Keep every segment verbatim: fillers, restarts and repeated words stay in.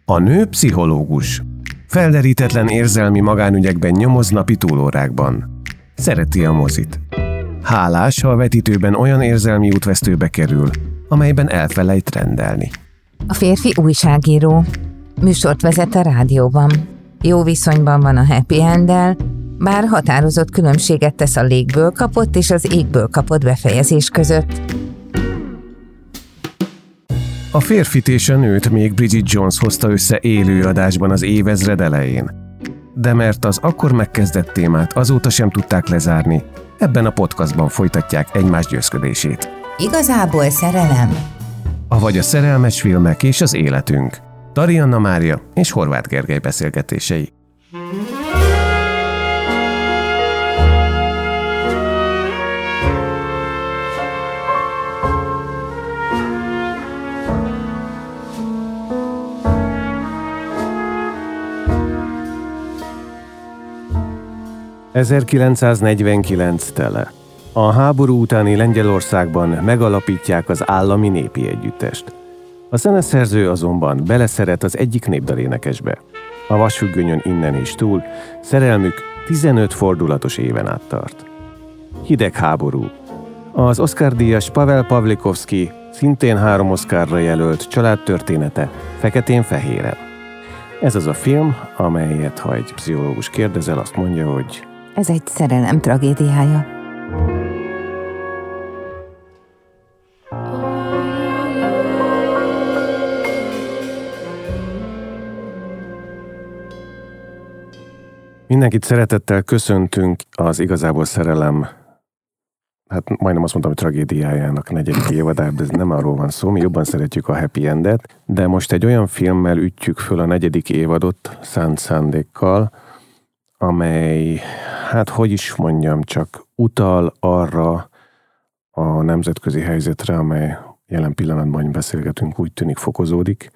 A nő pszichológus. Felderítetlen érzelmi magánügyekben nyomoz napi túlórákban. Szereti a mozit. Hálás, ha a vetítőben olyan érzelmi útvesztőbe kerül, amelyben elfelejt rendelni. A férfi újságíró. Műsort vezet a rádióban. Jó viszonyban van a happy enddel, bár határozott különbséget tesz a légből kapott és az égből kapott befejezés között. A férfit és a nőt még Bridget Jones hozta össze élő adásban az évezred elején. De mert az akkor megkezdett témát azóta sem tudták lezárni, ebben a podcastban folytatják egymás győzködését. Igazából szerelem? Avagy a szerelmes filmek és az életünk. Tarianna Mária és Horváth Gergely beszélgetései. ezerkilencszáznegyvenkilenc tele. A háború utáni Lengyelországban megalapítják az állami népi együttest. A zeneszerző azonban beleszeret az egyik népdalénekesbe. A vasfüggönyön innen és túl szerelmük tizenöt fordulatos éven át tart. Hidegháború. Az Oscar-díjas Pavel Pawlikowski szintén három Oscarra jelölt családtörténete feketén-fehéren. Ez az a film, amelyet, ha egy pszichológus kérdezel, azt mondja, hogy ez egy szerelem tragédiája. Mindenkit szeretettel köszöntünk az Igazából szerelem, hát majdnem azt mondtam, hogy tragédiájának negyedik évadában, de ez nem arról van szó, mi jobban szeretjük a happy endet, de most egy olyan filmmel ütjük föl a negyedik évadot szánt szándékkal, amely, hát hogy is mondjam, csak utal arra a nemzetközi helyzetre, amely jelen pillanatban beszélgetünk, úgy tűnik fokozódik.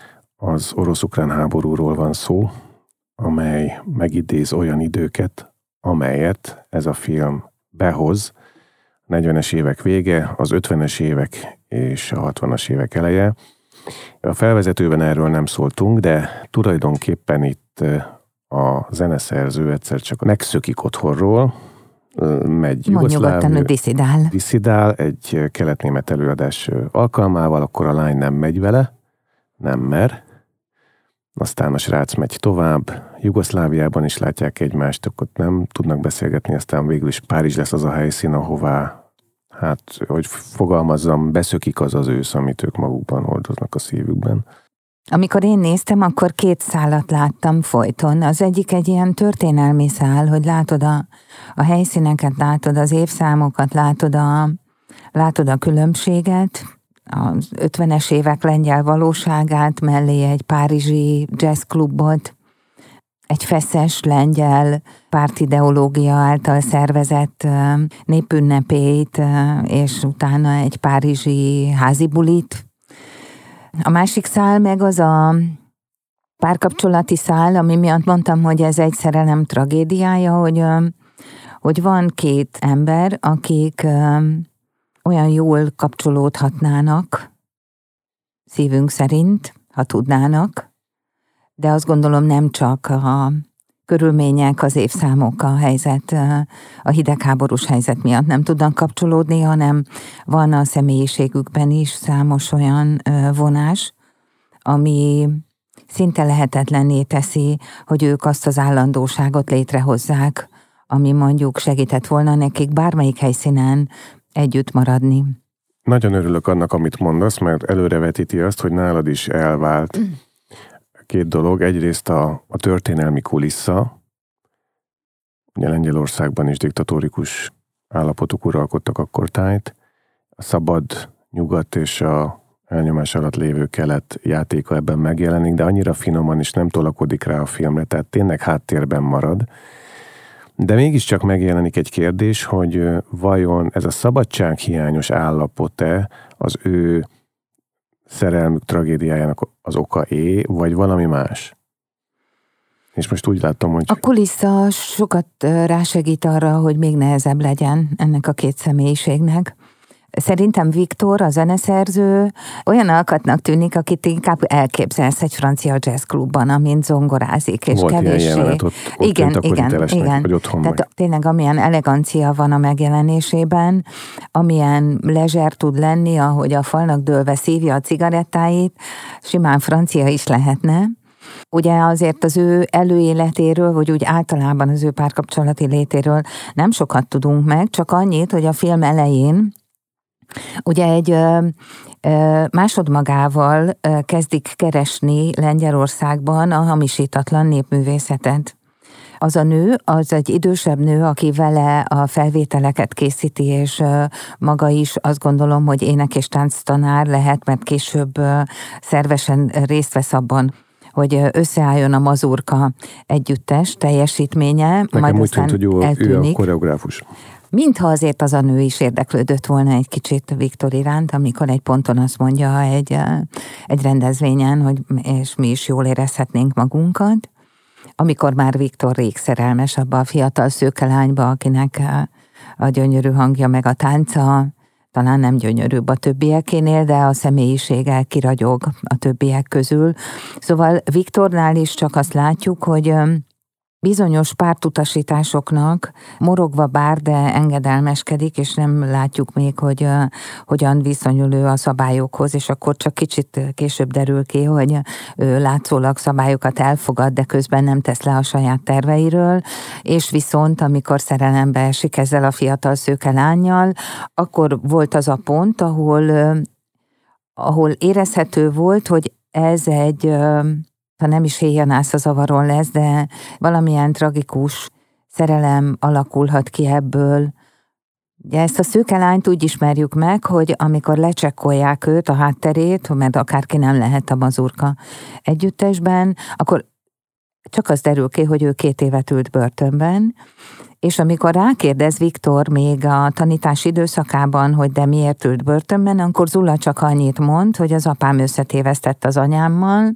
Az orosz-ukrán háborúról van szó, amely megidéz olyan időket, amelyet ez a film behoz. A negyvenes évek vége, az ötvenes évek és a hatvanas évek eleje. A felvezetőben erről nem szóltunk, de tulajdonképpen itt a zeneszerző egyszer csak megszökik otthonról, megy Jugoszláv, diszidál. diszidál egy kelet-német előadás alkalmával, akkor a lány nem megy vele, nem mer. Aztán a srác megy tovább, Jugoszláviában is látják egymást, akkor nem tudnak beszélgetni, aztán végül is Párizs lesz az a helyszín, ahová, hát, hogy fogalmazzam, beszökik az az ősz, amit ők magukban hordoznak a szívükben. Amikor én néztem, akkor két szálat láttam folyton. Az egyik egy ilyen történelmi szál, hogy látod a, a helyszíneket, látod az évszámokat, látod a, látod a különbséget, az ötvenes évek lengyel valóságát, mellé egy párizsi jazzklubot, egy feszes lengyel pártideológia által szervezett népünnepét, és utána egy párizsi házibulit. A másik szál meg az a párkapcsolati szál, ami miatt mondtam, hogy ez egy szerelem tragédiája, hogy, hogy van két ember, akik olyan jól kapcsolódhatnának, szívünk szerint, ha tudnának, de azt gondolom nem csak a körülmények, az évszámok, a helyzet, a hidegháborús helyzet miatt nem tudnak kapcsolódni, hanem van a személyiségükben is számos olyan vonás, ami szinte lehetetlenné teszi, hogy ők azt az állandóságot létrehozzák, ami mondjuk segített volna nekik bármelyik helyszínen együtt maradni. Nagyon örülök annak, amit mondasz, mert előrevetíti azt, hogy nálad is elvált két dolog. Egyrészt a, a történelmi kulissza. Ugye Lengyelországban is diktatórikus állapotok uralkodtak akkor tájt. A szabad nyugat és a elnyomás alatt lévő kelet játéka ebben megjelenik, de annyira finoman is nem tolakodik rá a filmre, tehát tényleg háttérben marad. De mégiscsak megjelenik egy kérdés, hogy vajon ez a szabadsághiányos állapot-e az ő szerelmük tragédiájának az oka-é, vagy valami más? És most úgy láttam, hogy... A kulissza sokat rásegít arra, hogy még nehezebb legyen ennek a két személyiségnek. Szerintem Viktor, a zeneszerző, olyan alkatnak tűnik, akit inkább elképzelsz egy francia jazzklubban, amint zongorázik, és volt kevéssé. Ilyen jelenet, ott, ott igen, igen, igen. Vagy otthon Tehát meg. tényleg amilyen elegancia van a megjelenésében, amilyen lezser tud lenni, ahogy a falnak dőlve szívja a cigarettáit, simán francia is lehetne. Ugye azért az ő előéletéről, vagy úgy általában az ő párkapcsolati létéről nem sokat tudunk meg, csak annyit, hogy a film elején ugye egy ö, ö, másodmagával ö, kezdik keresni Lengyelországban a hamisítatlan népművészetet. Az a nő, az egy idősebb nő, aki vele a felvételeket készíti, és ö, maga is azt gondolom, hogy ének- és tánctanár lehet, mert később ö, szervesen részt vesz abban, hogy összeálljon a Mazurka együttes teljesítménye, Nekem majd úgy aztán tűnt, hogy ő, eltűnik. ő a koreográfus. Mintha azért az a nő is érdeklődött volna egy kicsit Viktor iránt, amikor egy ponton azt mondja egy, egy rendezvényen, hogy és mi is jól érezhetnénk magunkat, amikor már Viktor rég szerelmes abba a fiatal szőke lányba, akinek a gyönyörű hangja meg a tánca talán nem gyönyörűbb a többiekénél, de a személyisége kiragyog a többiek közül. Szóval Viktornál is csak azt látjuk, hogy bizonyos pártutasításoknak morogva bár, de engedelmeskedik, és nem látjuk még, hogy uh, hogyan viszonyul ő a szabályokhoz, és akkor csak kicsit később derül ki, hogy ő látszólag szabályokat elfogad, de közben nem tesz le a saját terveiről, és viszont, amikor szerelembe esik ezzel a fiatal szőke lánnyal, akkor volt az a pont, ahol, uh, ahol érezhető volt, hogy ez egy... Uh, ha nem is héjanász a zavaron lesz, de valamilyen tragikus szerelem alakulhat ki ebből. Ugye ezt a szőke lányt úgy ismerjük meg, hogy amikor lecsekkolják őt, a hátterét, mert akárki nem lehet a Mazurka együttesben, akkor csak az derül ki, hogy ő két évet ült börtönben, és amikor rákérdez Viktor még a tanítás időszakában, hogy de miért ült börtönben, akkor Zula csak annyit mond, hogy az apám összetévesztett az anyámmal,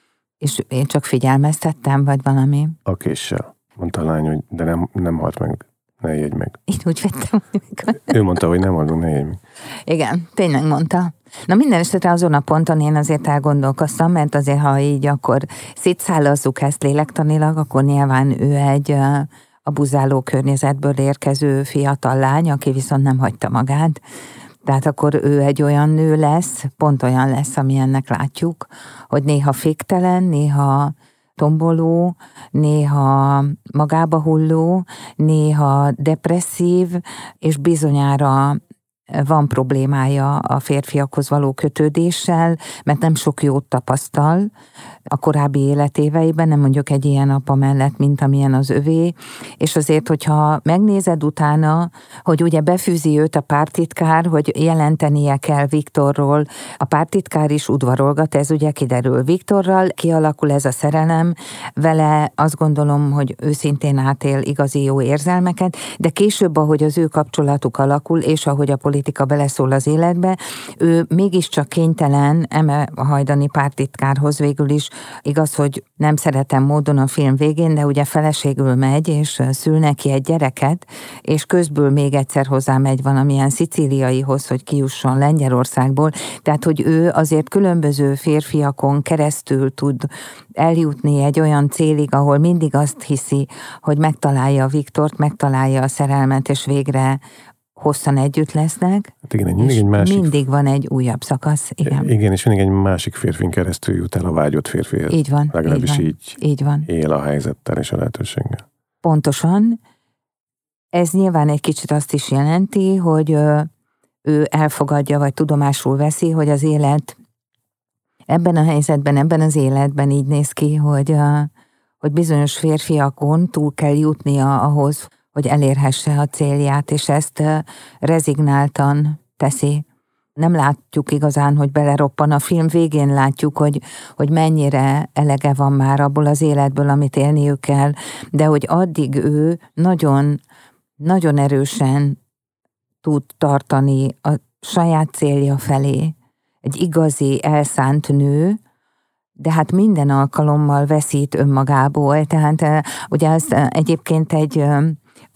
és én csak figyelmeztettem, vagy valami. A késsel. Mondta a lány, hogy de nem, nem halt meg, ne jegy meg. Én úgy vettem, hogy... Ő mondta, hogy nem halt meg, ne jegy meg. Igen, tényleg mondta. Na minden esetre azon a ponton én azért elgondolkoztam, mert azért, ha így akkor szétszállazzuk ezt lélektanilag, akkor nyilván ő egy abuzáló környezetből érkező fiatal lány, aki viszont nem hagyta magát. Tehát akkor ő egy olyan nő lesz, pont olyan lesz, amilyennek látjuk, hogy néha féktelen, néha tomboló, néha magába hulló, néha depresszív, és bizonyára van problémája a férfiakhoz való kötődéssel, mert nem sok jót tapasztal a korábbi életéveiben, nem mondjuk egy ilyen apa mellett, mint amilyen az övé, és azért, hogyha megnézed utána, hogy ugye befűzi őt a pártitkár, hogy jelentenie kell Viktorról, a pártitkár is udvarolgat, ez ugye kiderül Viktorral, kialakul ez a szerelem, vele azt gondolom, hogy őszintén átél igazi jó érzelmeket, de később, ahogy az ő kapcsolatuk alakul, és ahogy a politika beleszól az életbe, ő mégiscsak kénytelen eme a hajdani pártitkárhoz végül is. Igaz, hogy nem szeretem módon a film végén, de ugye feleségül megy, és szül neki egy gyereket, és közből még egyszer hozzá megy valamilyen szicíliaihoz, hogy kijusson Lengyelországból. Tehát, hogy ő azért különböző férfiakon keresztül tud eljutni egy olyan célig, ahol mindig azt hiszi, hogy megtalálja a Viktort, megtalálja a szerelmet, és végre hosszan együtt lesznek, hát igen, mindig, egy másik... mindig van egy újabb szakasz. Igen, igen, és mindig egy másik férfin keresztül jut el a vágyott férfihez. Így van. Legalábbis így, van, így, így van. él a helyzettel és a lehetőséggel. Pontosan. Ez nyilván egy kicsit azt is jelenti, hogy ő elfogadja, vagy tudomásul veszi, hogy az élet ebben a helyzetben, ebben az életben így néz ki, hogy, hogy bizonyos férfiakon túl kell jutnia ahhoz, hogy elérhesse a célját, és ezt rezignáltan teszi. Nem látjuk igazán, hogy beleroppan. A film végén látjuk, hogy, hogy mennyire elege van már abból az életből, amit élniük kell, de hogy addig ő nagyon, nagyon erősen tud tartani a saját célja felé. Egy igazi, elszánt nő, de hát minden alkalommal veszít önmagából. Tehát ugye ez egyébként egy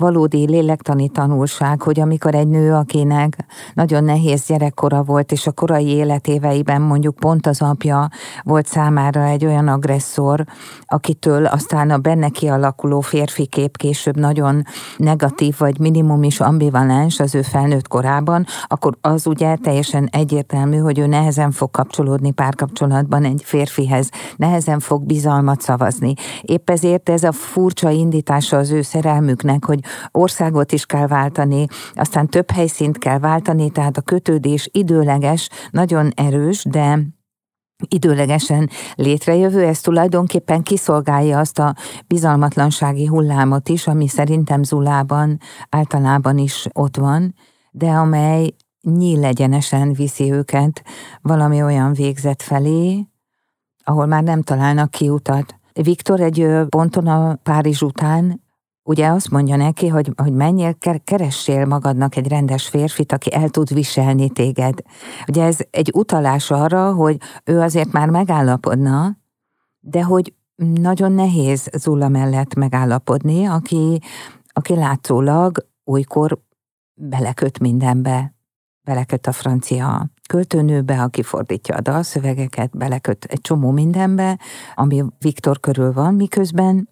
valódi lélektani tanulság, hogy amikor egy nő, akinek nagyon nehéz gyerekkora volt, és a korai életéveiben mondjuk pont az apja volt számára egy olyan agresszor, akitől aztán a benne kialakuló férfi kép később nagyon negatív, vagy minimum is ambivalens az ő felnőtt korában, akkor az ugye teljesen egyértelmű, hogy ő nehezen fog kapcsolódni párkapcsolatban egy férfihez, nehezen fog bizalmat szavazni. Épp ezért ez a furcsa indítása az ő szerelmüknek, hogy országot is kell váltani, aztán több helyszínt kell váltani, tehát a kötődés időleges, nagyon erős, de időlegesen létrejövő, ez tulajdonképpen kiszolgálja azt a bizalmatlansági hullámot is, ami szerintem Zulában általában is ott van, de amely nyílegyenesen viszi őket valami olyan végzet felé, ahol már nem találnak kiutat. Viktor egy ponton a Párizs után ugye azt mondja neki, hogy, hogy menjél, keressél magadnak egy rendes férfit, aki el tud viselni téged. Ugye ez egy utalás arra, hogy ő azért már megállapodna, de hogy nagyon nehéz Zula mellett megállapodni, aki, aki látszólag olykor beleköt mindenbe. Beleköt a francia költőnőbe, aki fordítja a dalszövegeket, beleköt egy csomó mindenbe, ami Viktor körül van, miközben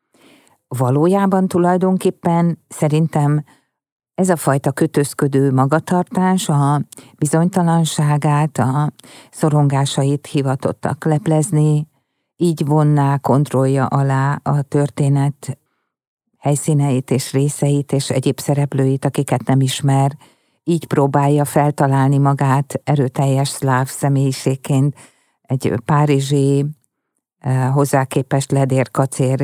valójában tulajdonképpen szerintem ez a fajta kötözködő magatartás a bizonytalanságát, a szorongásait hivatottak leplezni, így vonná kontrollja alá a történet helyszíneit és részeit és egyéb szereplőit, akiket nem ismer, így próbálja feltalálni magát erőteljes szláv személyiségként egy párizsi, hozzá képest ledér, kacér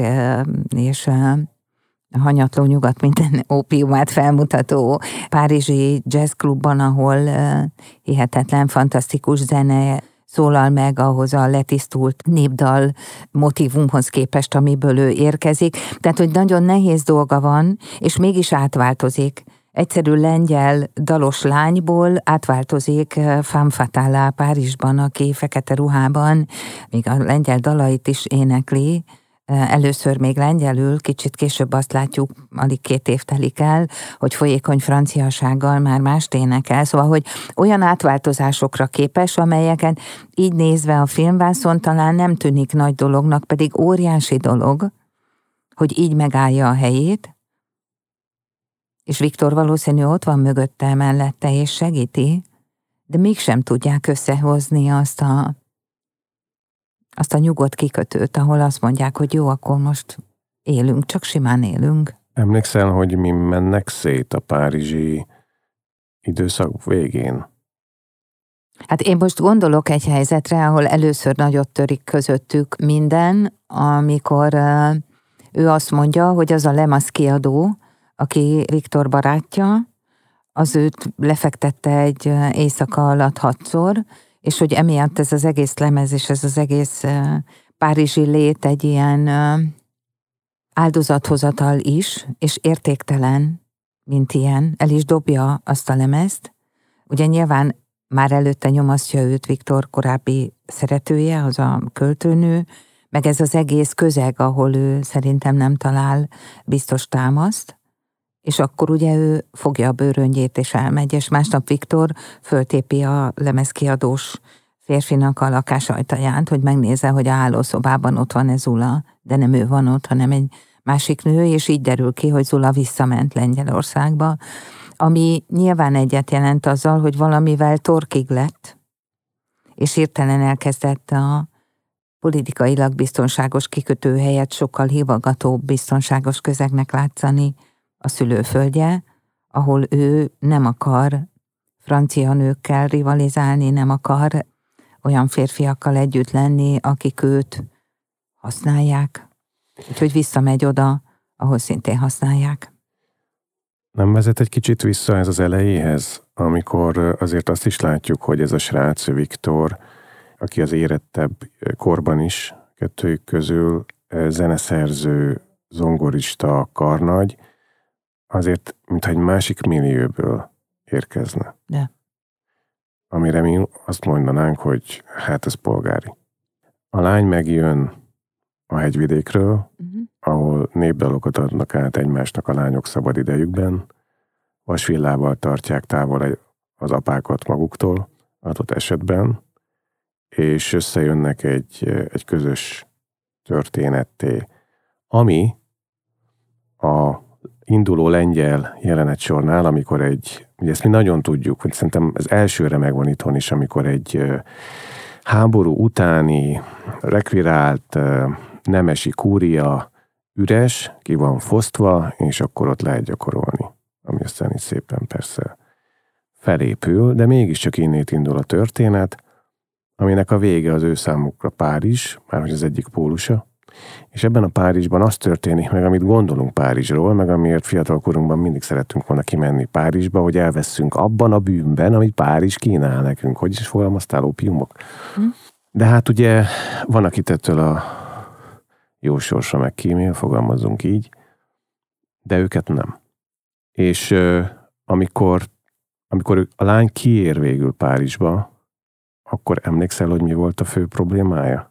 és hanyatló nyugat minden ópiumát felmutató párizsi jazzklubban, ahol hihetetlen, fantasztikus zene szólal meg ahhoz a letisztult népdal motívumhoz képest, amiből ő érkezik. Tehát, hogy nagyon nehéz dolga van, és mégis átváltozik. Egyszerű lengyel dalos lányból átváltozik femme fatale Párizsban, aki fekete ruhában, még a lengyel dalait is énekli, először még lengyelül, kicsit később azt látjuk, alig két év telik el, hogy folyékony franciasággal már mást énekel, szóval, hogy olyan átváltozásokra képes, amelyeket így nézve a filmvászon talán nem tűnik nagy dolognak, pedig óriási dolog, hogy így megállja a helyét, és Viktor valószínű ott van mögötte, mellette, és segíti, de mégsem tudják összehozni azt a, azt a nyugodt kikötőt, ahol azt mondják, hogy jó, akkor most élünk, csak simán élünk. Emlékszel, hogy mi mennek szét a párizsi időszak végén? Hát én most gondolok egy helyzetre, ahol először nagyot törik közöttük minden, amikor uh, ő azt mondja, hogy az a Lemasz kiadó, aki Viktor barátja, az őt lefektette egy éjszaka alatt hatszor, és hogy emiatt ez az egész lemez és ez az egész párizsi lét egy ilyen áldozathozatal is, és értéktelen, mint ilyen, el is dobja azt a lemezt. Ugye nyilván már előtte nyomasztja őt Viktor korábbi szeretője, az a költőnő, meg ez az egész közeg, ahol ő szerintem nem talál biztos támaszt, és akkor ugye ő fogja a bőröngyét és elmegy, és másnap Viktor föltépi a lemezkiadós férfinak a lakás ajtaján, hogy megnézze, hogy a hálószobában ott van ez Zula, de nem ő van ott, hanem egy másik nő, és így derül ki, hogy Zula visszament Lengyelországba, ami nyilván egyet jelent azzal, hogy valamivel torkig lett, és hirtelen elkezdett a politikailag biztonságos kikötő helyett sokkal hívogatóbb biztonságos közegnek látszani a szülőföldje, ahol ő nem akar francia nőkkel rivalizálni, nem akar olyan férfiakkal együtt lenni, akik őt használják. Úgyhogy visszamegy oda, ahol szintén használják. Nem vezet egy kicsit vissza ez az elejéhez, amikor azért azt is látjuk, hogy ez a srác Viktor, aki az érettebb korban is kettőjük közül zeneszerző, zongorista, karnagy, azért, mintha egy másik millióból érkezne. De. Amire mi azt mondanánk, hogy hát ez polgári. A lány megjön a hegyvidékről, uh-huh. ahol népdalokat adnak át egymásnak a lányok szabad idejükben, vasvillával tartják távol az apákat maguktól, adott esetben, és összejönnek egy, egy közös történetté, ami a induló lengyel jelenetsornál, amikor egy, ugye ezt mi nagyon tudjuk, hogy szerintem ez elsőre megvan itthon is, amikor egy háború utáni, rekvirált nemesi kúria üres, ki van fosztva, és akkor ott lehet gyakorolni. Ami aztán is szépen persze felépül, de mégiscsak innét indul a történet, aminek a vége az ő számukra Párizs, már hogy az egyik pólusa, és ebben a Párizsban az történik meg, amit gondolunk Párizsról, meg amiért fiatalkorunkban mindig szerettünk volna kimenni Párizsba, hogy elveszünk abban a bűnben, amit Párizs kínál nekünk. Hogy is fogalmaztál, ópiumok? Hm. De hát ugye van, akit ettől a jó sorsra megkímél, fogalmazzunk így, de őket nem. És euh, amikor, amikor a lány kiér végül Párizsba, akkor emlékszel, hogy mi volt a fő problémája?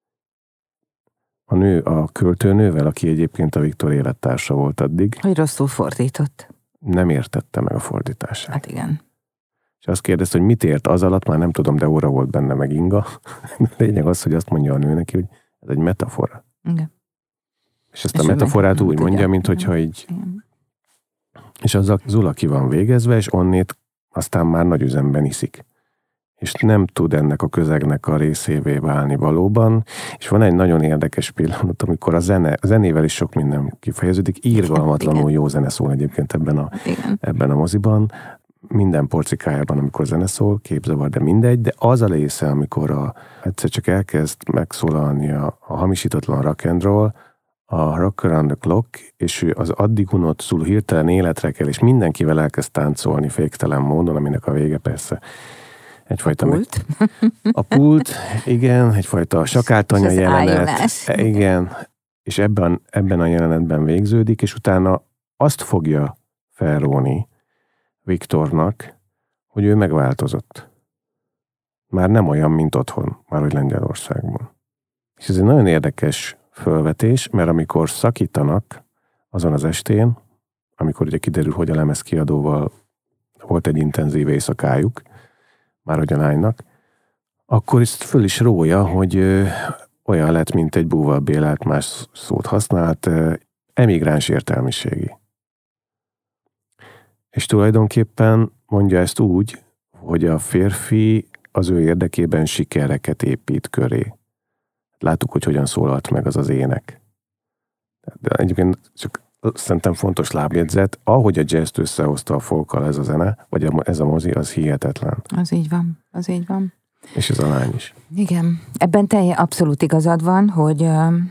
A nő, a költőnővel, aki egyébként a Viktor élettársa volt addig. Hogy rosszul fordított. Nem értette meg a fordítását. Hát igen. És azt kérdezte, hogy mit ért az alatt, már nem tudom, de óra volt benne meg inga. Lényeg az, hogy azt mondja a nő neki, hogy ez egy metafora. Igen. És ezt és a metaforát úgy mondja, tudja, mint hogyha így... Igen. És az a Zula ki van végezve, és onnét aztán már nagy üzemben iszik. És nem tud ennek a közegnek a részévé válni valóban. És van egy nagyon érdekes pillanat, amikor a, zene, a zenével is sok minden kifejeződik. Írgalmatlanul jó zene szól egyébként ebben a, ebben a moziban. Minden porcikájában, amikor zene szól, képzavar, de mindegy. De az a része, amikor a, egyszer csak elkezd megszólalni a, a hamisítatlan rock and roll, a Rock Around the Clock, és ő az addig unott Zulu hirtelen életre kell, és mindenkivel elkezd táncolni féktelen módon, aminek a vége persze egyfajta... A pult. Meg, a pult, igen, egyfajta sakáltanya jelenet. Ájulás. Igen, és ebben, ebben a jelenetben végződik, és utána azt fogja felróni Viktornak, hogy ő megváltozott. Már nem olyan, mint otthon, már hogy Lengyelországban. És ez egy nagyon érdekes fölvetés, mert amikor szakítanak azon az estén, amikor ugye kiderül, hogy a lemezkiadóval volt egy intenzív éjszakájuk, már hogy a lánynak, akkor ezt föl is rója, hogy ö, olyan lett, mint egy Búval Bélát, más szót használt, ö, emigráns értelmiségi. És tulajdonképpen mondja ezt úgy, hogy a férfi az ő érdekében sikereket épít köré. Láttuk, hogy hogyan szólalt meg az az ének. De egyébként csak szerintem fontos lábjegyzet, ahogy a jazzt összehozta a folkkal ez a zene, vagy ez a mozi, az hihetetlen. Az így van, az így van. És ez a lány is. Igen. Ebben teljes abszolút igazad van, hogy,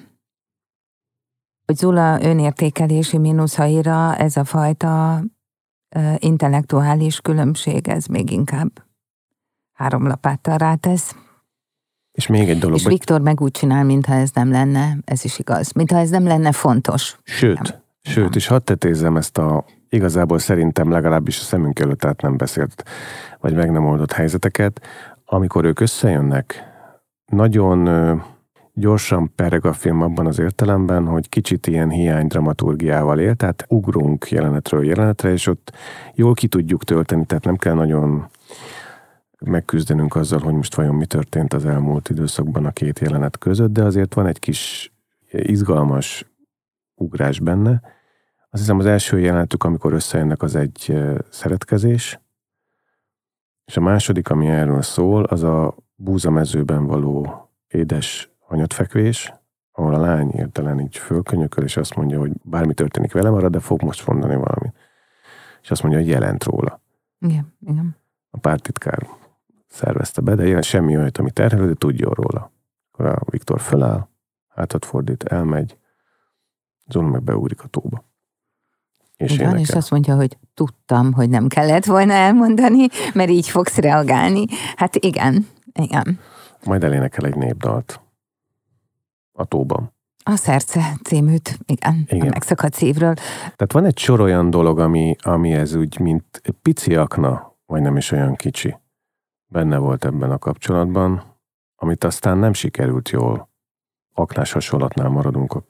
hogy Zula önértékelési mínuszaira ez a fajta intellektuális különbség, ez még inkább három lapáttal rátesz. És még egy dolog. És Viktor meg úgy csinál, mintha ez nem lenne, ez is igaz, mintha ez nem lenne fontos. Sőt, nem. sőt, nem. És hadd tetézzem ezt a igazából szerintem legalábbis a szemünk előtt át nem beszélt, vagy meg nem oldott helyzeteket, amikor ők összejönnek, nagyon gyorsan pereg a film abban az értelemben, hogy kicsit ilyen hiány dramaturgiával él, tehát ugrunk jelenetről jelenetre, és ott jól ki tudjuk tölteni, tehát nem kell nagyon megküzdenünk azzal, hogy most vajon mi történt az elmúlt időszakban a két jelenet között, de azért van egy kis izgalmas ugrás benne. Azt hiszem az első jelenetük, amikor összejönnek, az egy szeretkezés, és a második, ami erről szól, az a búzamezőben való édes hanyatfekvés, ahol a lány értelen így fölkönyököl, és azt mondja, hogy bármi történik velem arra, de fog most mondani valamit. És azt mondja, hogy jelent róla. Igen, igen. A pártitkár szervezte be, de ilyen semmi olyat, ami terhelő, de tudjon róla. Akkor a Viktor föláll, hátat fordít, elmegy, Zona meg beugrik a tóba. És, igen, és azt mondja, hogy tudtam, hogy nem kellett volna elmondani, mert így fogsz reagálni. Hát igen, igen. Majd elénekel egy népdalt a tóban. A Szerce címűt, igen, igen. A megszakadt szívről. Tehát van egy sor olyan dolog, ami, ami ez úgy, mint pici akna, vagy nem is olyan kicsi, benne volt ebben a kapcsolatban, amit aztán nem sikerült jól. Aknás hasonlatnál maradunk, akkor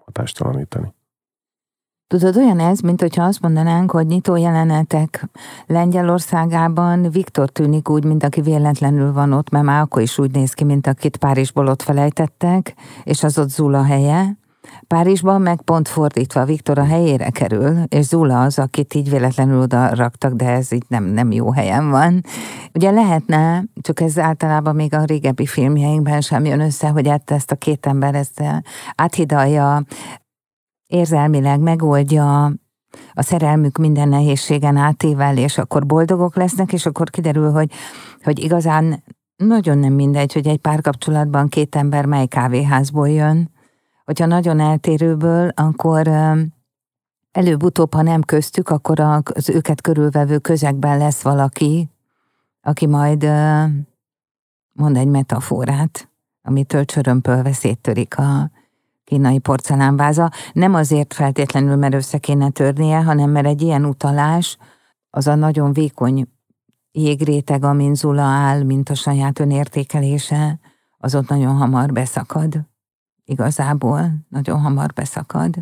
hatástalanítani. Tudod, olyan ez, mint hogyha azt mondanánk, hogy nyitó jelenetek Lengyelországában Viktor tűnik úgy, mint aki véletlenül van ott, mert már akkor is úgy néz ki, mint akit Párizsból ott felejtettek, és az ott Zula helye. Párizsban meg pont fordítva Viktor a helyére kerül, és Zula az, akit így véletlenül oda raktak, de ez így nem, nem jó helyen van. Ugye lehetne, csak ez általában még a régebbi filmjeinkben sem jön össze, hogy ezt a két ember ezt áthidalja, érzelmileg megoldja, a szerelmük minden nehézségen átével, és akkor boldogok lesznek, és akkor kiderül, hogy, hogy igazán nagyon nem mindegy, hogy egy párkapcsolatban két ember mely kávéházból jön. Hogyha nagyon eltérőből, akkor előbb-utóbb, ha nem köztük, akkor az őket körülvevő közegben lesz valaki, aki majd mond egy metaforát, amitől csörömpölve széttörik a kínai porcelánváza. Nem azért feltétlenül, mert össze kéne törnie, hanem mert egy ilyen utalás, az a nagyon vékony jégréteg, amin Zula áll, mint a saját önértékelése, az ott nagyon hamar beszakad. Igazából nagyon hamar beszakad.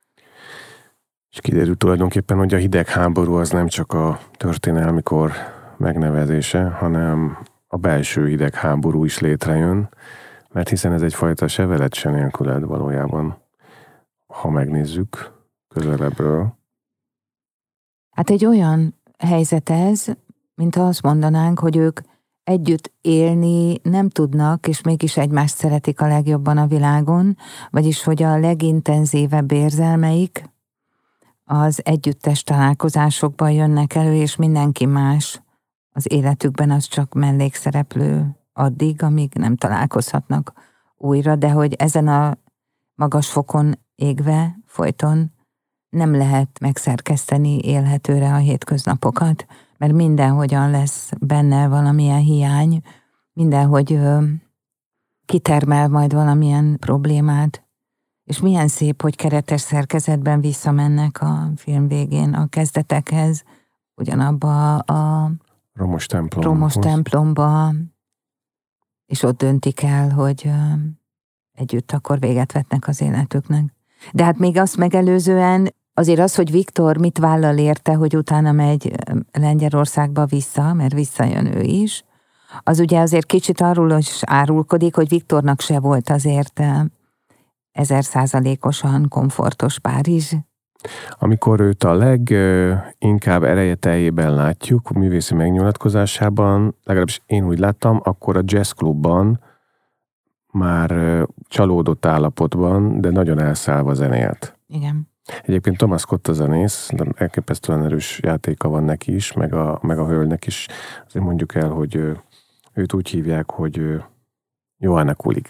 És kiderült tulajdonképpen, hogy a hidegháború az nem csak a történelmi kor megnevezése, hanem a belső hidegháború is létrejön, mert hiszen ez egyfajta se veled, se nélküled valójában, ha megnézzük közelebbről. Hát egy olyan helyzet ez, mint ha azt mondanánk, hogy ők együtt élni nem tudnak, és mégis egymást szeretik a legjobban a világon, vagyis hogy a legintenzívebb érzelmeik az együttes találkozásokban jönnek elő, és mindenki más az életükben az csak mellékszereplő addig, amíg nem találkozhatnak újra, de hogy ezen a magas fokon égve folyton nem lehet megszerkeszteni élhetőre a hétköznapokat, mert mindenhogyan lesz benne valamilyen hiány, mindenhogy ö, kitermel majd valamilyen problémát, és milyen szép, hogy keretes szerkezetben visszamennek a film végén a kezdetekhez, ugyanabba a romos, templom, romos templomba, és ott döntik el, hogy ö, együtt akkor véget vetnek az életüknek. De hát még azt megelőzően azért az, hogy Viktor mit vállal érte, hogy utána megy Lengyelországba vissza, mert visszajön ő is, az ugye azért kicsit arról is árulkodik, hogy Viktornak se volt azért ezer százalékosan komfortos Párizs. Amikor őt a leginkább erejeteljében látjuk, a művészi megnyilatkozásában, legalábbis én úgy láttam, akkor a jazzklubban már csalódott állapotban, de nagyon elszállva zenélt. Igen. Egyébként Thomas Scott a zenész, elképesztően erős játéka van neki is, meg a, meg a hölgynek is. Azért mondjuk el, hogy őt úgy hívják, hogy Johanna Kulig.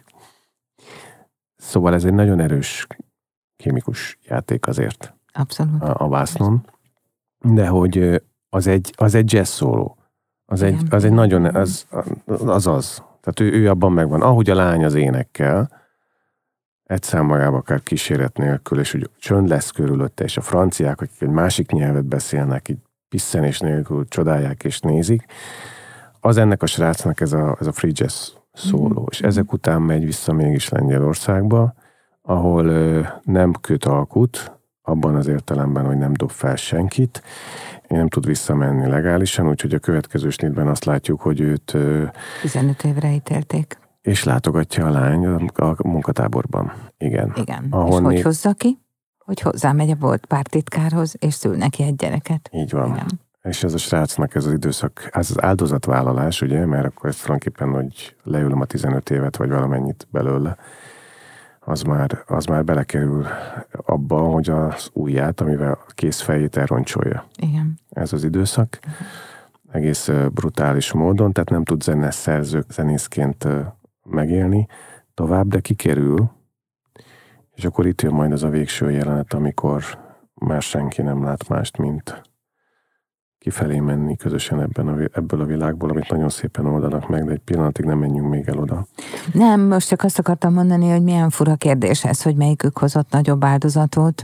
Szóval ez egy nagyon erős kémikus játék azért. Abszolút. A, a vásznon. De hogy az egy, az egy jazz szóló. Az egy, az egy nagyon, az az. az. Tehát ő, ő abban megvan. Ahogy a lány az énekkel, egy számoljába akár kíséret nélkül, és hogy csönd lesz körülötte, és a franciák, akik egy másik nyelvet beszélnek, így pisszenés nélkül csodálják és nézik, az ennek a srácnak ez a, ez a free jazz szóló. Mm. És ezek után megy vissza mégis Lengyelországba, ahol ö, nem köt alkut, abban az értelemben, hogy nem dob fel senkit, nem tud visszamenni legálisan, úgyhogy a következő snitben azt látjuk, hogy őt... Ö, tizenöt évre ítélték. És látogatja a lány a munkatáborban. Igen. Igen. Ahol és hogy még... hozza ki? Hogy hozzámegy a volt pártitkárhoz, és szül neki egy gyereket. Így van. Igen. És ez a srácnak ez az időszak, ez az áldozatvállalás, ugye, mert akkor ez tulajdonképpen, hogy leülöm a tizenöt évet, vagy valamennyit belőle, az már, az már belekerül abba, hogy az ujját, amivel a kész fejét elroncsolja. Igen. Ez az időszak. Uh-huh. Egész brutális módon, tehát nem tud zeneszerző, zenészként megélni tovább, de kikerül, és akkor itt jön majd az a végső jelenet, amikor már senki nem lát mást, mint kifelé menni közösen ebben a, ebből a világból, amit nagyon szépen oldanak meg, de egy pillanatig nem menjünk még el oda. Nem, most csak azt akartam mondani, hogy milyen fura kérdés ez, hogy melyikük hozott nagyobb áldozatot.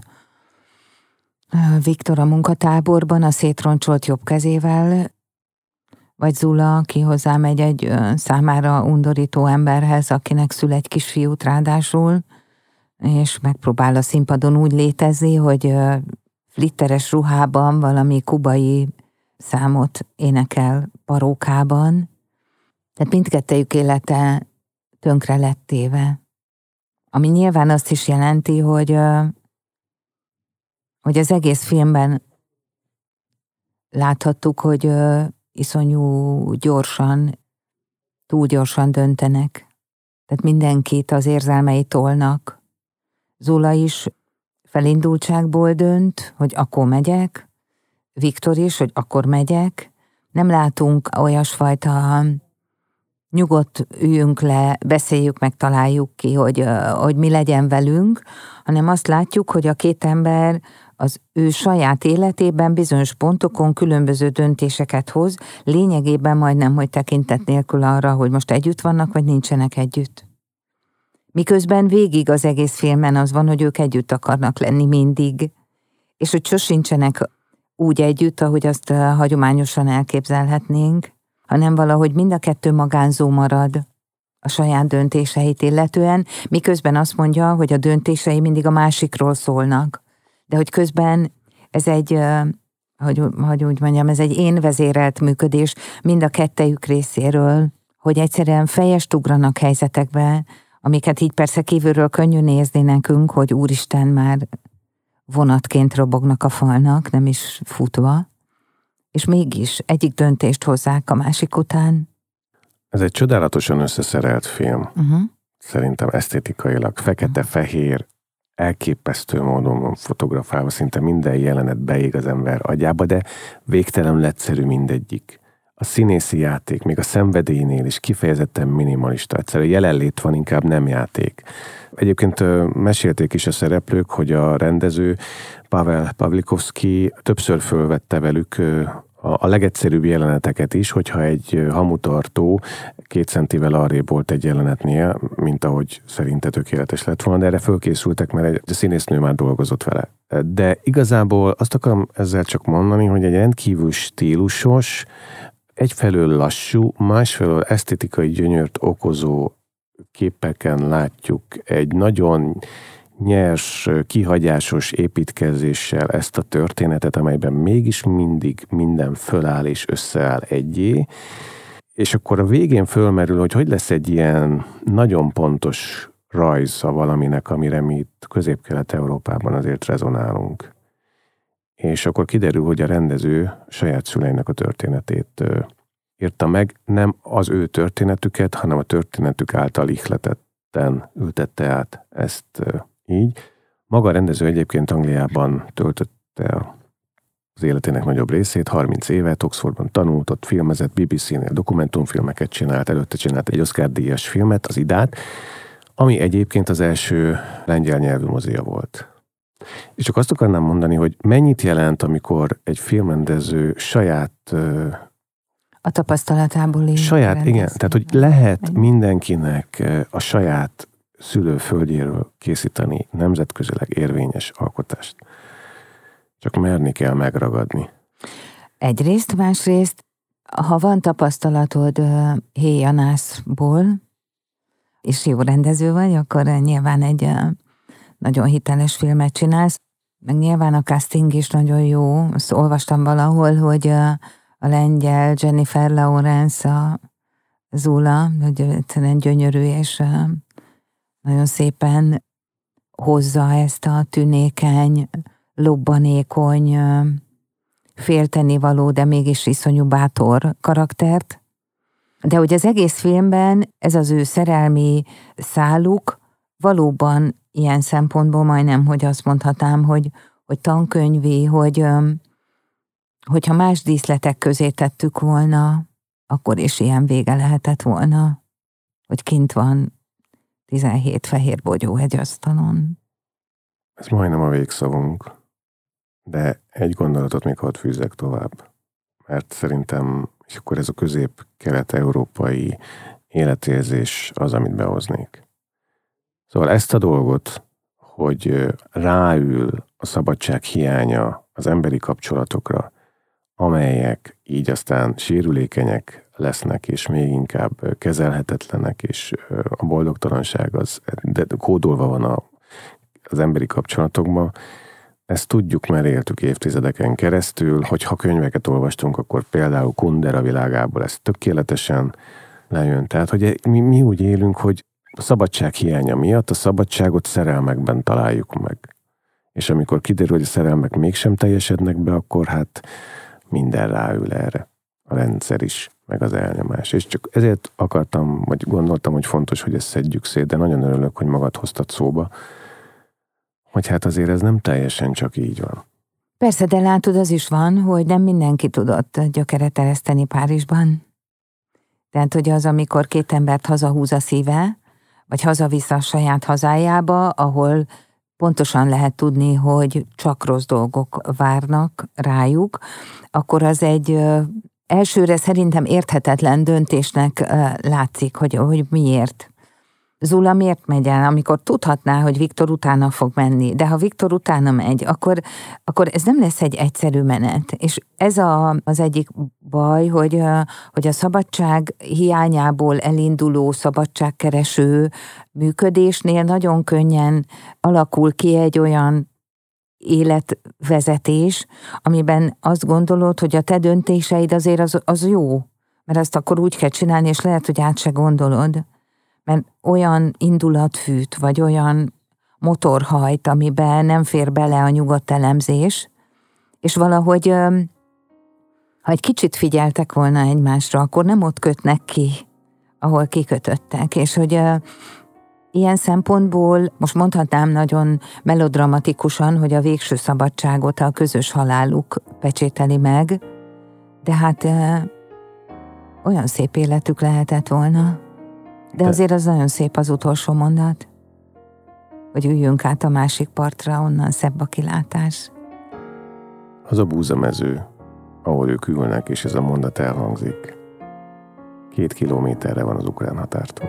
Viktor a munkatáborban a szétroncsolt jobb kezével, vagy Zula, aki hozzámegy egy számára undorító emberhez, akinek szül egy kisfiút ráadásul, és megpróbál a színpadon úgy létezni, hogy flitteres ruhában valami kubai számot énekel parókában. Tehát mindkettejük élete tönkre lett téve. Ami nyilván azt is jelenti, hogy, hogy az egész filmben láthattuk, hogy iszonyú gyorsan, túl gyorsan döntenek. Tehát mindenkit az érzelmei tolnak. Zula is felindultságból dönt, hogy akkor megyek, Viktor is, hogy akkor megyek. Nem látunk olyasfajta nyugodt üljünk le, beszéljük meg, találjuk ki, hogy, hogy mi legyen velünk, hanem azt látjuk, hogy a két ember az ő saját életében bizonyos pontokon különböző döntéseket hoz, lényegében majdnem, hogy tekintet nélkül arra, hogy most együtt vannak, vagy nincsenek együtt. Miközben végig az egész filmen az van, hogy ők együtt akarnak lenni mindig, és hogy sosincsenek úgy együtt, ahogy azt hagyományosan elképzelhetnénk, hanem valahogy mind a kettő magánzó marad a saját döntéseit illetően, miközben azt mondja, hogy a döntései mindig a másikról szólnak. De hogy közben ez egy, hogy, hogy úgy mondjam, ez egy én vezérelt működés mind a kettejük részéről, hogy egyszerűen fejest ugranak helyzetekbe, amiket így persze kívülről könnyű nézni nekünk, hogy úristen, már vonatként robognak a falnak, nem is futva, és mégis egyik döntést hozzák a másik után. Ez egy csodálatosan összeszerelt film. Uh-huh. Szerintem esztétikailag fekete-fehér, elképesztő módon van fotografálva, szinte minden jelenet beég az ember agyába, de végtelenül egyszerű mindegyik. A színészi játék, még a szenvedélynél is kifejezetten minimalista. Egyszerűen jelenlét van, inkább nem játék. Egyébként mesélték is a szereplők, hogy a rendező Pavel Pawlikowski többször fölvette velük a legegyszerűbb jeleneteket is, hogyha egy hamutartó két centivel arrébb volt egy jelenetnél, mint ahogy szerinte tökéletes lett volna, de erre fölkészültek, mert egy színésznő már dolgozott vele. De igazából azt akarom ezzel csak mondani, hogy egy rendkívül stílusos, egyfelől lassú, másfelől esztétikai gyönyört okozó képeken látjuk egy nagyon nyers, kihagyásos építkezéssel ezt a történetet, amelyben mégis mindig minden föláll és összeáll egyé, és akkor a végén fölmerül, hogy hogy lesz egy ilyen nagyon pontos rajza valaminek, amire mi itt Közép-Kelet-Európában azért rezonálunk. És akkor kiderül, hogy a rendező saját szüleinek a történetét írta meg, nem az ő történetüket, hanem a történetük által ihletetten ültette át ezt így. Maga a rendező egyébként Angliában töltötte az életének nagyobb részét, harminc évet, Oxfordban tanult, ott filmezett, bé bé cé-nél dokumentumfilmeket csinált, előtte csinált egy Oscar-díjas filmet, az Idát, ami egyébként az első lengyel nyelvű mozia volt. És csak azt akarnám mondani, hogy mennyit jelent, amikor egy filmrendező saját... A tapasztalatából is. Saját, rendez. Igen. Tehát, hogy lehet mindenkinek a saját szülőföldjéről készíteni nemzetközileg érvényes alkotást. Csak merni kell megragadni. Egyrészt, másrészt, ha van tapasztalatod uh, Héj Janászból, és jó rendező vagy, akkor nyilván egy uh, nagyon hiteles filmet csinálsz, meg nyilván a casting is nagyon jó. Azt olvastam valahol, hogy uh, a lengyel Jennifer Lawrence, a Zula, hogy egyszerűen gyönyörű, és uh, nagyon szépen hozza ezt a tünékeny, lobbanékony, féltenivaló, de mégis iszonyú bátor karaktert. De hogy az egész filmben ez az ő szerelmi száluk valóban ilyen szempontból majdnem, hogy azt mondhatnám, hogy, hogy tankönyvi, hogy hogyha más díszletek közé tettük volna, akkor is ilyen vége lehetett volna, hogy kint van tizenhét fehér bogyó egy asztalon. Ez majdnem a végszavunk, de egy gondolatot még hadd fűzzek tovább, mert szerintem, és akkor ez a közép-kelet-európai életérzés az, amit behoznék. Szóval ezt a dolgot, hogy ráül a szabadság hiánya az emberi kapcsolatokra, amelyek így aztán sérülékenyek lesznek, és még inkább kezelhetetlenek, és a boldogtalanság az de kódolva van a az emberi kapcsolatokban, ezt tudjuk, mert éltük évtizedeken keresztül, hogy ha könyveket olvastunk, akkor például Kundera világából ez tökéletesen lejön. Tehát, hogy mi, mi úgy élünk, hogy a szabadság hiánya miatt a szabadságot szerelmekben találjuk meg. És amikor kiderül, hogy a szerelmek mégsem teljesednek be, akkor hát minden ráül erre. A rendszer is, meg az elnyomás. És csak ezért akartam, vagy gondoltam, hogy fontos, hogy ezt szedjük szét, de nagyon örülök, hogy magad hoztad szóba, hogy hát azért ez nem teljesen csak így van. Persze, de látod, az is van, hogy nem mindenki tudott gyökeret ereszteni Párizsban. Tehát, hogy az, amikor két embert hazahúz a szíve, vagy hazavisz a saját hazájába, ahol pontosan lehet tudni, hogy csak rossz dolgok várnak rájuk, akkor az egy elsőre szerintem érthetetlen döntésnek látszik, hogy, hogy miért. Zula miért megy el, amikor tudhatná, hogy Viktor utána fog menni, de ha Viktor utána megy, akkor, akkor ez nem lesz egy egyszerű menet. És ez a, az egyik baj, hogy, hogy a szabadság hiányából elinduló szabadságkereső működésnél nagyon könnyen alakul ki egy olyan életvezetés, amiben azt gondolod, hogy a te döntéseid azért az, az jó, mert azt akkor úgy kell csinálni, és lehet, hogy át se gondolod. Mert olyan indulat fűt, vagy olyan motorhajt, amiben nem fér bele a nyugodt elemzés, és valahogy, ha egy kicsit figyeltek volna egymásra, akkor nem ott kötnek ki, ahol kikötöttek, és hogy ilyen szempontból, most mondhatnám nagyon melodramatikusan, hogy a végső szabadságot a közös haláluk pecsételi meg, de hát olyan szép életük lehetett volna. De azért az nagyon szép az utolsó mondat, hogy üljünk át a másik partra, onnan szebb a kilátás. Az a búzamező, ahol ők ülnek, és ez a mondat elhangzik. Két kilométerre van az ukrán határtól.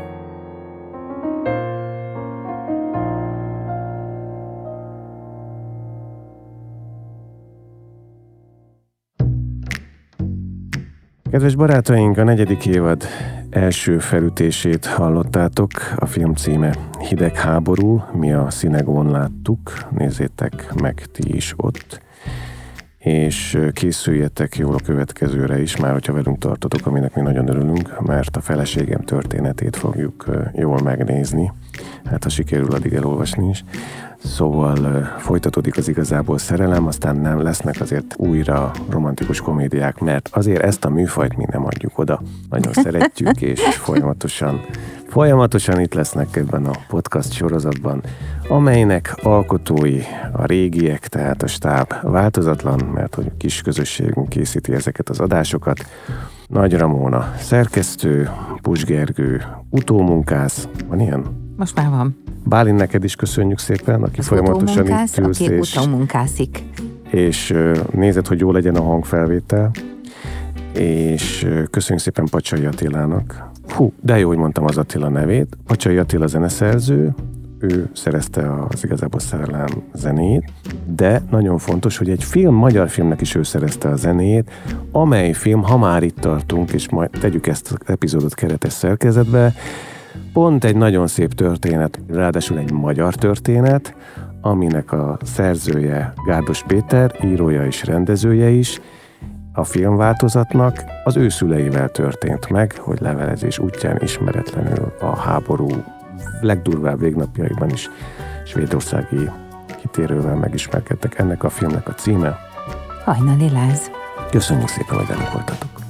Kedves barátaink, a negyedik évad első felütését hallottátok. A film címe Hidegháború, mi a Cinegón láttuk, nézzétek meg ti is ott, és készüljetek jól a következőre is, már hogyha velünk tartotok, aminek mi nagyon örülünk, mert a feleségem történetét fogjuk jól megnézni, hát ha sikerül addig elolvasni is. Szóval folytatódik az igazából szerelem, aztán nem lesznek azért újra romantikus komédiák, mert azért ezt a műfajt mi nem adjuk oda. Nagyon szeretjük, és folyamatosan, folyamatosan itt lesznek ebben a podcast sorozatban, amelynek alkotói a régiek, tehát a stáb változatlan, mert hogy kis közösségünk készíti ezeket az adásokat. Nagy Ramóna szerkesztő, Pus Gergő utómunkász, van ilyen? Most már van. Bálint, neked is köszönjük szépen, aki az folyamatosan itt ülsz, aki és, utómunkászik. És nézed, hogy jó legyen a hangfelvétel, és köszönjük szépen Pacsai Attilának. Hú, de jó, hogy mondtam az Attila nevét. Pacsai Attila zeneszerző, ő szerezte az Igazából szerelem zenét, de nagyon fontos, hogy egy film, magyar filmnek is ő szerezte a zenét, amely film, ha már itt tartunk, és majd tegyük ezt az epizódot keretes szerkezetbe, pont egy nagyon szép történet, ráadásul egy magyar történet, aminek a szerzője Gárdos Péter, írója és rendezője is, a filmváltozatnak az ő szüleivel történt meg, hogy levelezés útján ismeretlenül a háború legdurvább végnapjaiban is svédországi kitérővel megismerkedtek. Ennek a filmnek a címe Hajnali láz. Köszönjük szépen, hogy velünk voltatok!